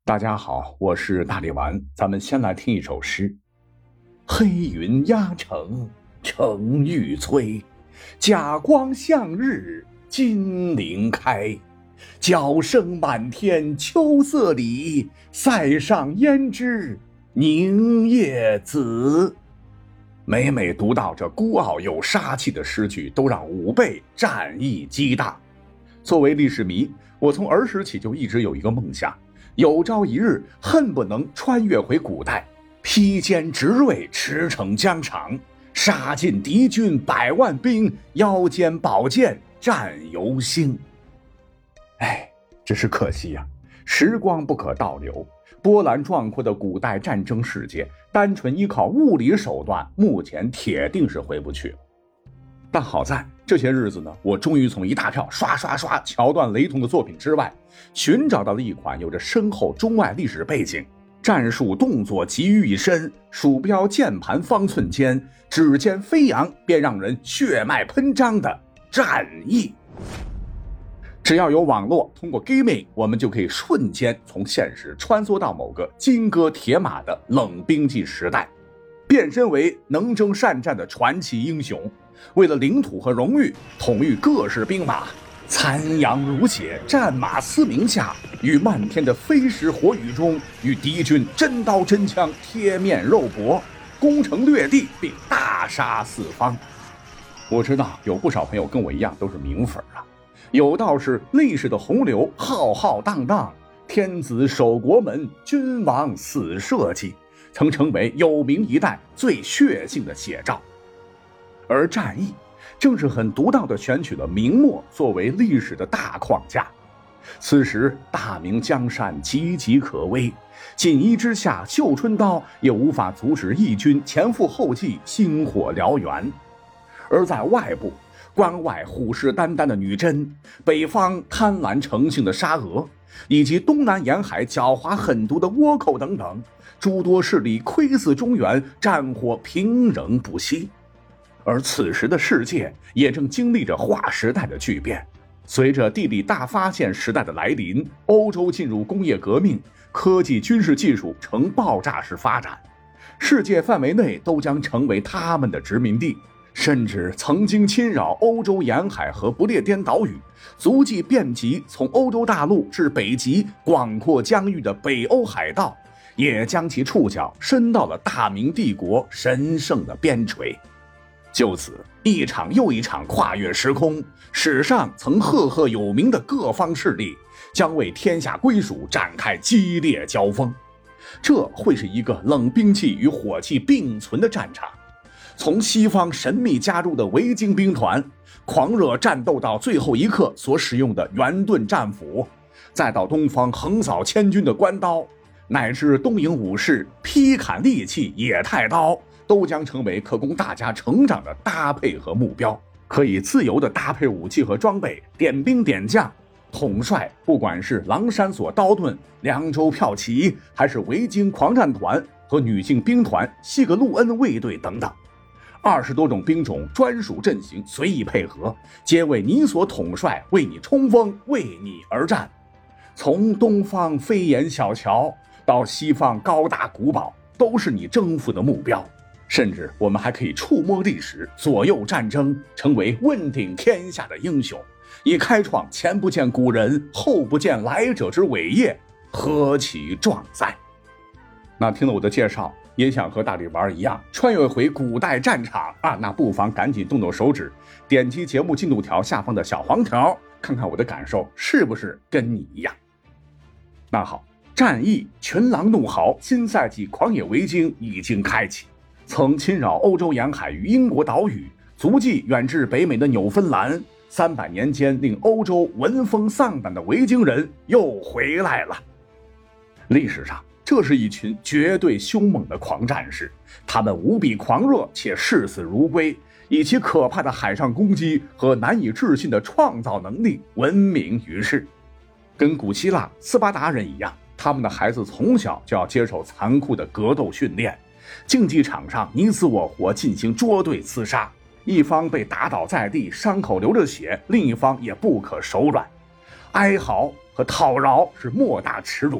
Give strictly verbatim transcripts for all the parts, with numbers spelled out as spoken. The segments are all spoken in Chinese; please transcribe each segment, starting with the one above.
大家好，我是大力丸，咱们先来听一首诗。黑云压城城欲摧，甲光向日金陵开。角声满天秋色里，塞上胭脂凝夜紫。每每读到这孤傲有杀气的诗句，都让吾辈战意激大。作为历史迷，我从儿时起就一直有一个梦想，有朝一日恨不能穿越回古代，披坚执锐，驰骋疆场，杀尽敌军百万兵，腰间宝剑战犹兴。哎，只是可惜呀、啊，时光不可倒流，波澜壮阔的古代战争世界，单纯依靠物理手段，目前铁定是回不去。但好在这些日子呢，我终于从一大票刷刷刷桥段雷同的作品之外，寻找到了一款有着深厚中外历史背景，战术动作集于一身，鼠标键盘方寸间，指尖飞扬便让人血脉喷张的战役。只要有网络，通过 gaming， 我们就可以瞬间从现实穿梭到某个金戈铁马的冷兵器时代，变身为能征善战的传奇英雄，为了领土和荣誉，统御各式兵马，残阳如血，战马嘶鸣下，于漫天的飞石火雨中，与敌军真刀真枪贴面肉搏，攻城略地，并大杀四方。我知道有不少朋友跟我一样都是名粉啊，有道是历史的洪流浩浩荡荡，天子守国门，君王死社稷，曾成为有名一代最血性的写照。而战役正是很独到地选取了明末作为历史的大框架。此时大明江山岌岌可危，锦衣之下绣春刀也无法阻止义军前赴后继，星火燎原。而在外部，关外虎视眈眈的女真，北方贪婪成性的沙俄，以及东南沿海狡猾狠毒的倭寇等等，诸多势力窥伺中原，战火平仍不息。而此时的世界也正经历着划时代的巨变，随着地理大发现时代的来临，欧洲进入工业革命，科技军事技术呈爆炸式发展，世界范围内都将成为他们的殖民地，甚至曾经侵扰欧洲沿海和不列颠岛屿，足迹遍及从欧洲大陆至北极广阔疆域的北欧海盗，也将其触角伸到了大明帝国神圣的边陲。就此，一场又一场跨越时空，史上曾赫赫有名的各方势力将为天下归属展开激烈交锋。这会是一个冷兵器与火器并存的战场，从西方神秘加入的维京兵团，狂热战斗到最后一刻所使用的圆盾战斧，再到东方横扫千军的关刀，乃至东瀛武士劈砍利器野太刀，都将成为可供大家成长的搭配和目标，可以自由地搭配武器和装备，点兵点将。统帅不管是狼山锁刀盾、凉州骠骑，还是维京狂战团和女性兵团西格路恩卫队等等，二十多种兵种专属阵型随意配合，皆为你所统帅，为你冲锋，为你而战。从东方飞檐小桥到西方高大古堡，都是你征服的目标。甚至我们还可以触摸历史，左右战争，成为问鼎天下的英雄，以开创前不见古人后不见来者之伟业，何其壮哉。那听了我的介绍，也想和大力丸一样穿越回古代战场啊，那不妨赶紧动动手指，点击节目进度条下方的小黄条，看看我的感受是不是跟你一样。那好，战役群狼怒嚎，新赛季狂野维京已经开启。曾侵扰欧洲沿海与英国岛屿，足迹远至北美的纽芬兰，三百年间令欧洲闻风丧胆的维京人又回来了。历史上，这是一群绝对凶猛的狂战士，他们无比狂热且视死如归，以其可怕的海上攻击和难以置信的创造能力闻名于世。跟古希腊斯巴达人一样，他们的孩子从小就要接受残酷的格斗训练，竞技场上你死我活进行捉对厮杀，一方被打倒在地，伤口流着血，另一方也不可手软。哀嚎和讨饶是莫大耻辱，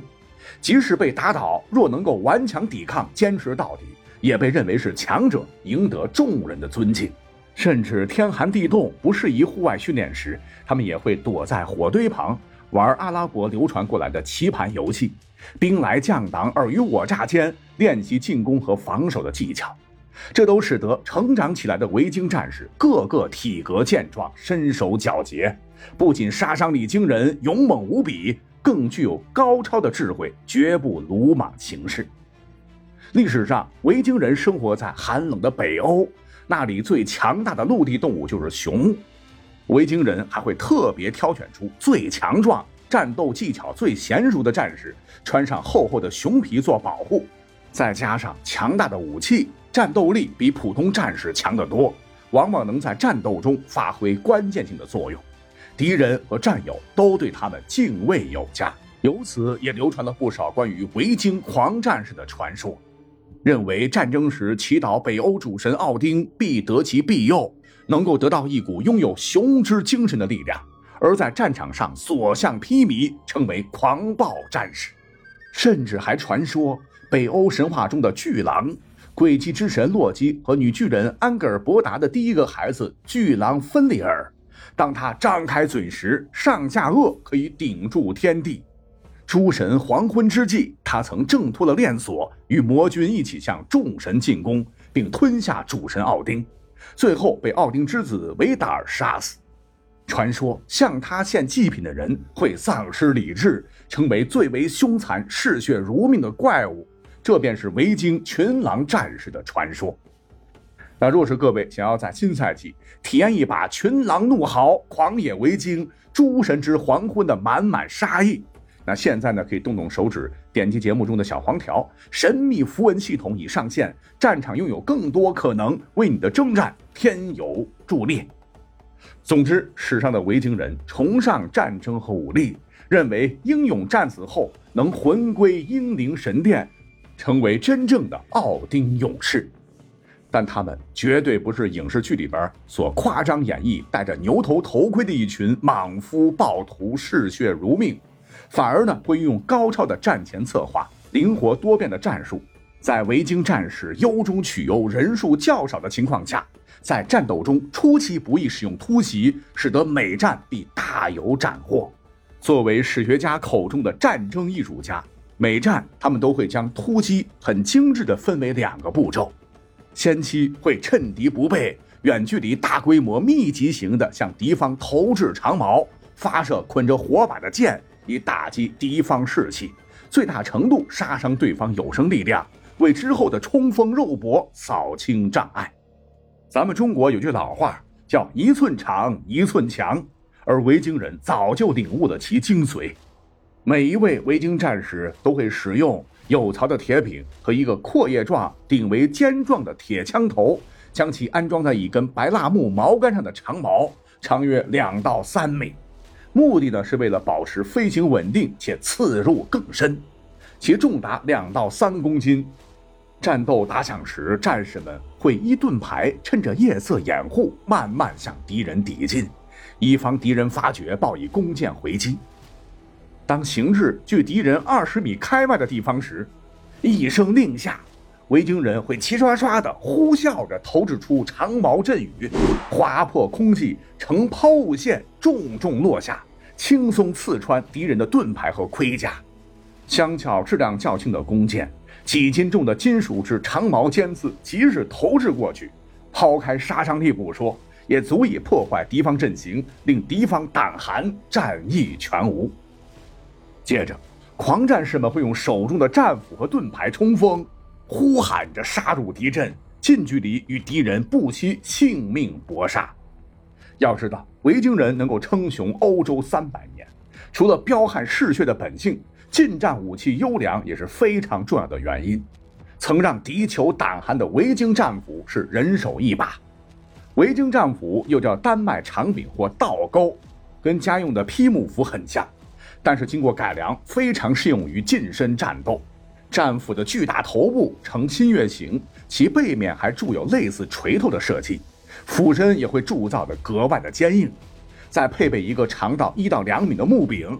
即使被打倒，若能够顽强抵抗，坚持到底，也被认为是强者，赢得众人的尊敬。甚至天寒地冻不适宜户外训练时，他们也会躲在火堆旁玩阿拉伯流传过来的棋盘游戏，兵来将挡，尔虞我诈间练习进攻和防守的技巧。这都使得成长起来的维京战士个个体格健壮，身手矫捷，不仅杀伤力惊人，勇猛无比，更具有高超的智慧，绝不鲁莽行事。历史上，维京人生活在寒冷的北欧，那里最强大的陆地动物就是熊。维京人还会特别挑选出最强壮、战斗技巧最娴熟的战士，穿上厚厚的熊皮做保护，再加上强大的武器，战斗力比普通战士强得多，往往能在战斗中发挥关键性的作用。敌人和战友都对他们敬畏有加，由此也流传了不少关于维京狂战士的传说，认为战争时祈祷北欧主神奥丁必得其庇佑，能够得到一股拥有雄之精神的力量，而在战场上所向披靡，称为狂暴战士。甚至还传说北欧神话中的巨狼，诡计之神洛基和女巨人安格尔伯达的第一个孩子巨狼芬利尔，当他张开嘴时，上下颚可以顶住天地。诸神黄昏之际，他曾挣脱了链锁，与魔君一起向众神进攻，并吞下主神奥丁，最后被奥丁之子维达尔杀死。传说向他献祭品的人会丧失理智，成为最为凶残、嗜血如命的怪物，这便是维京群狼战士的传说。那若是各位想要在新赛季体验一把群狼怒嚎、狂野维京、诸神之黄昏的满满杀意，那现在呢，可以动动手指，点击节目中的小黄条，神秘符文系统已上线，战场拥有更多可能，为你的征战添油助力。总之，史上的维京人崇尚战争和武力，认为英勇战死后能魂归英灵神殿，成为真正的奥丁勇士。但他们绝对不是影视剧里边所夸张演绎戴着牛头头盔的一群莽夫暴徒，嗜血如命，反而呢会运用高超的战前策划、灵活多变的战术，在维京战士优中取优、人数较少的情况下，在战斗中出其不意使用突袭，使得每战必大有斩获。作为史学家口中的战争艺术家，每战他们都会将突击很精致地分为两个步骤。先期会趁敌不备，远距离大规模密集型的向敌方投掷长矛，发射捆着火把的箭，以打击敌方士气，最大程度杀伤对方有生力量，为之后的冲锋肉搏扫清障碍。咱们中国有句老话叫一寸长一寸强，而维京人早就领悟了其精髓。每一位维京战士都会使用有槽的铁柄和一个阔叶状顶为尖状的铁枪头，将其安装在一根白蜡木毛杆上的长矛，长约两到三米。目的呢是为了保持飞行稳定且刺入更深，其重达两到三公斤。战斗打响时，战士们会依盾牌趁着夜色掩护，慢慢向敌人抵近，以防敌人发觉，报以弓箭回击。当行至距敌人二十米开外的地方时，一声令下，维京人会齐刷刷地呼啸着投掷出长矛阵雨，划破空气，呈抛物线重重落下，轻松刺穿敌人的盾牌和盔甲。相较质量较轻的弓箭，几斤重的金属制长矛尖刺即使投掷过去，抛开杀伤力不说，也足以破坏敌方阵型，令敌方胆寒，战意全无。接着，狂战士们会用手中的战斧和盾牌冲锋，呼喊着杀入敌阵，近距离与敌人不惜性命搏杀。要知道，维京人能够称雄欧洲三百年，除了彪悍嗜血的本性，近战武器优良也是非常重要的原因。曾让敌酋胆寒的维京战斧是人手一把。维京战斧又叫丹麦长柄或倒钩，跟家用的劈木斧很像，但是经过改良，非常适用于近身战斗。战斧的巨大头部呈新月形，其背面还铸有类似锤头的设计，斧身也会铸造的格外的坚硬。再配备一个长到一到两米的木柄，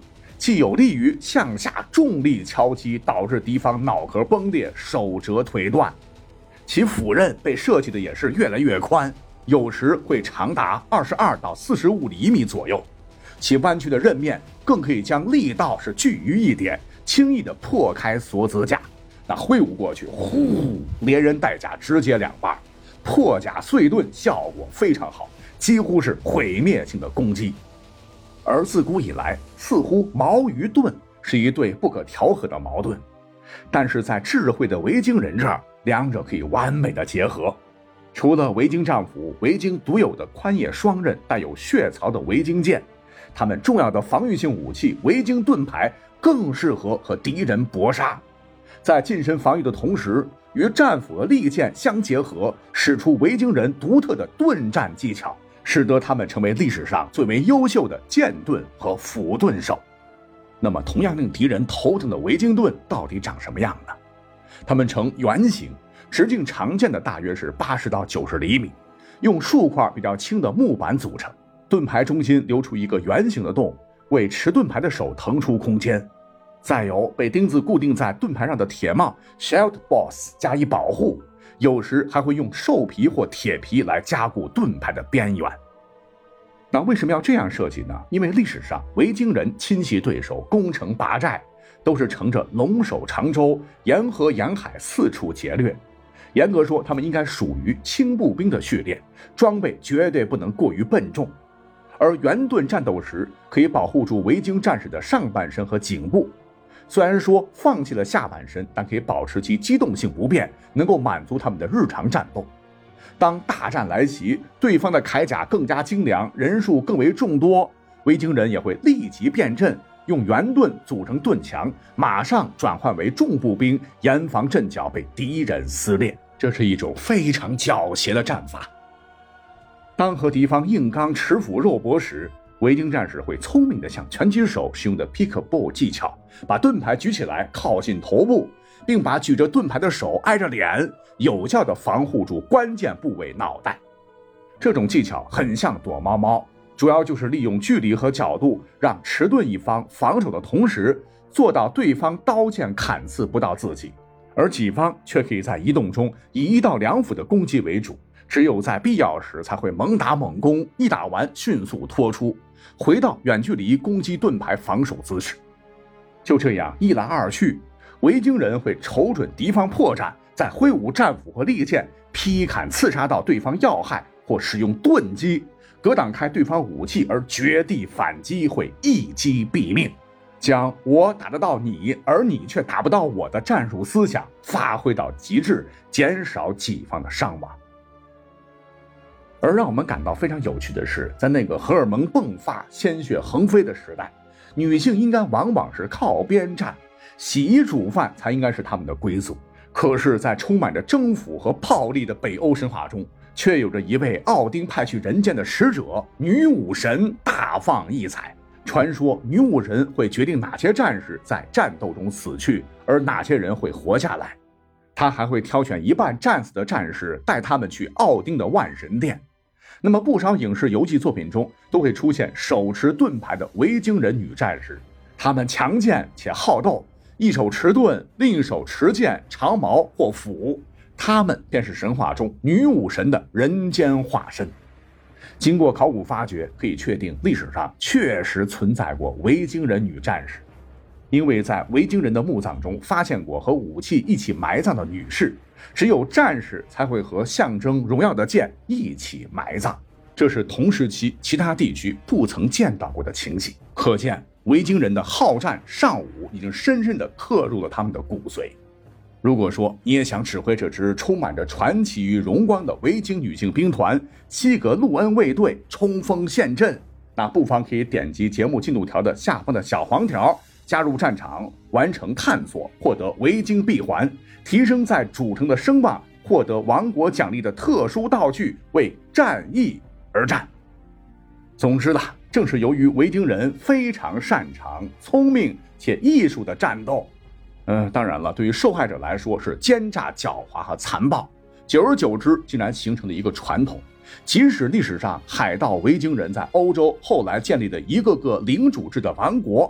既有利于向下重力敲击，导致敌方脑壳崩裂、手折腿断。其斧刃被设计的也是越来越宽，有时会长达二十二到四十五厘米左右。其弯曲的刃面更可以将力道是聚于一点，轻易的破开锁子甲。那挥舞过去，呼，连人带甲直接两半，破甲碎盾，效果非常好，几乎是毁灭性的攻击。而自古以来，似乎矛与盾是一对不可调和的矛盾，但是在智慧的维京人这儿，两者可以完美的结合。除了维京战斧，维京独有的宽叶双刃带有血槽的维京剑，他们重要的防御性武器维京盾牌更适合和敌人搏杀。在近身防御的同时，与战斧和利剑相结合，使出维京人独特的盾战技巧，使得他们成为历史上最为优秀的剑盾和斧盾手。那么同样令敌人头疼的维京盾到底长什么样呢？它们呈圆形，直径常见的大约是八十到九十厘米，用数块比较轻的木板组成，盾牌中心留出一个圆形的洞，为持盾牌的手腾出空间。再有被钉子固定在盾牌上的铁帽 Shield Boss 加以保护，有时还会用兽皮或铁皮来加固盾牌的边缘。那为什么要这样设计呢？因为历史上维京人侵袭对手、攻城拔寨，都是乘着龙首长舟，沿河沿海四处劫掠。严格说，他们应该属于轻步兵的序列，装备绝对不能过于笨重。而圆盾战斗时可以保护住维京战士的上半身和颈部，虽然说放弃了下半身，但可以保持其机动性不变，能够满足他们的日常战斗。当大战来袭，对方的铠甲更加精良，人数更为众多，维京人也会立即变阵，用圆盾组成盾墙，马上转换为重步兵，严防阵脚被敌人撕裂。这是一种非常狡黠的战法。当和敌方硬刚持斧肉搏时，维京战士会聪明地像拳击手使用的 pickleball 技巧，把盾牌举起来靠近头部，并把举着盾牌的手挨着脸，有效地防护住关键部位脑袋。这种技巧很像躲猫猫，主要就是利用距离和角度，让持盾一方防守的同时，做到对方刀剑砍刺不到自己，而己方却可以在移动中以一到两斧的攻击为主，只有在必要时才会猛打猛攻，一打完迅速拖出，回到远距离攻击盾牌防守姿势。就这样一来二去，维京人会瞅准敌方破绽，再挥舞战斧和利剑劈砍刺杀到对方要害，或使用盾击格挡开对方武器而绝地反击，会一击毙命，将我打得到你而你却打不到我的战术思想发挥到极致，减少己方的伤亡。而让我们感到非常有趣的是，在那个荷尔蒙迸发、鲜血横飞的时代，女性应该往往是靠边站，洗衣煮饭才应该是她们的归宿。可是在充满着征服和暴力的北欧神话中，却有着一位奥丁派去人间的使者女武神，大放异彩。传说女武神会决定哪些战士在战斗中死去，而哪些人会活下来。她还会挑选一半战死的战士，带他们去奥丁的万神殿。那么不少影视游记作品中都会出现手持盾牌的维京人女战士，她们强健且好斗，一手持盾，另一手持剑、长矛或斧，她们便是神话中女武神的人间化身。经过考古发掘，可以确定历史上确实存在过维京人女战士，因为在维京人的墓葬中发现过和武器一起埋葬的女士，只有战士才会和象征荣耀的剑一起埋葬，这是同时期其他地区不曾见到过的情形。可见维京人的好战尚武已经深深地刻入了他们的骨髓。如果说你也想指挥这支充满着传奇与荣光的维京女性兵团西格路恩卫队冲锋陷阵，那不妨可以点击节目进度条的下方的小黄条，加入战场，完成探索，获得维京闭环，提升在主城的声望，获得王国奖励的特殊道具，为战役而战。总之啦，正是由于维京人非常擅长、聪明且艺术的战斗，呃，当然了，对于受害者来说是奸诈、狡猾和残暴，久而久之竟然形成了一个传统。即使历史上海盗维京人在欧洲后来建立的一个个领主制的王国，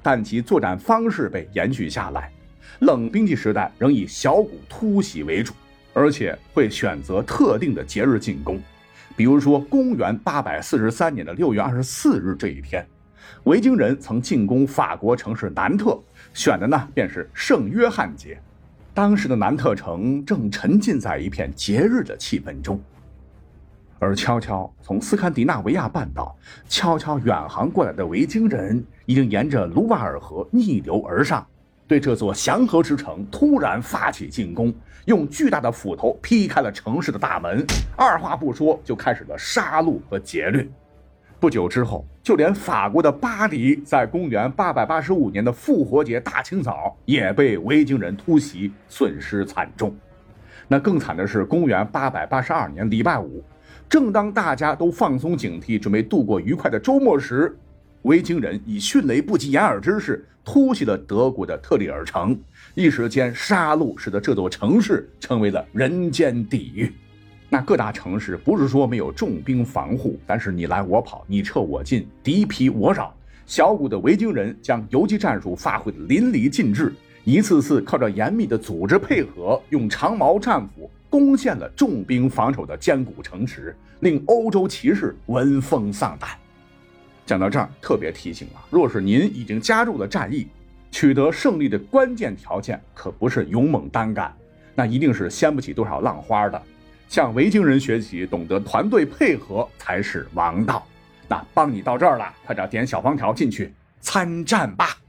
但其作战方式被延续下来。冷兵器时代仍以小股突袭为主，而且会选择特定的节日进攻。比如说公元八百四十三年的六月二十四日这一天，维京人曾进攻法国城市南特，选的呢便是圣约翰节。当时的南特城正沉浸在一片节日的气氛中，而悄悄从斯堪的纳维亚半岛悄悄远航过来的维京人已经沿着卢瓦尔河逆流而上，对这座祥和之城突然发起进攻，用巨大的斧头劈开了城市的大门，二话不说就开始了杀戮和劫掠。不久之后，就连法国的巴黎在公元八百八十五年的复活节大清早也被维京人突袭，损失惨重。那更惨的是公元八百八十二年礼拜五，正当大家都放松警惕准备度过愉快的周末时，维京人以迅雷不及掩耳之势突袭了德国的特里尔城，一时间杀戮使得这座城市成为了人间地狱。那各大城市不是说没有重兵防护，但是你来我跑，你撤我进，敌疲我扰，小股的维京人将游击战术发挥得淋漓尽致，一次次靠着严密的组织配合，用长矛战斧攻陷了重兵防守的坚固城池，令欧洲骑士闻风丧胆。讲到这儿，特别提醒了，若是您已经加入了战役，取得胜利的关键条件可不是勇猛单干，那一定是掀不起多少浪花的。向维京人学习，懂得团队配合才是王道。那帮你到这儿了，快点点小方条进去参战吧。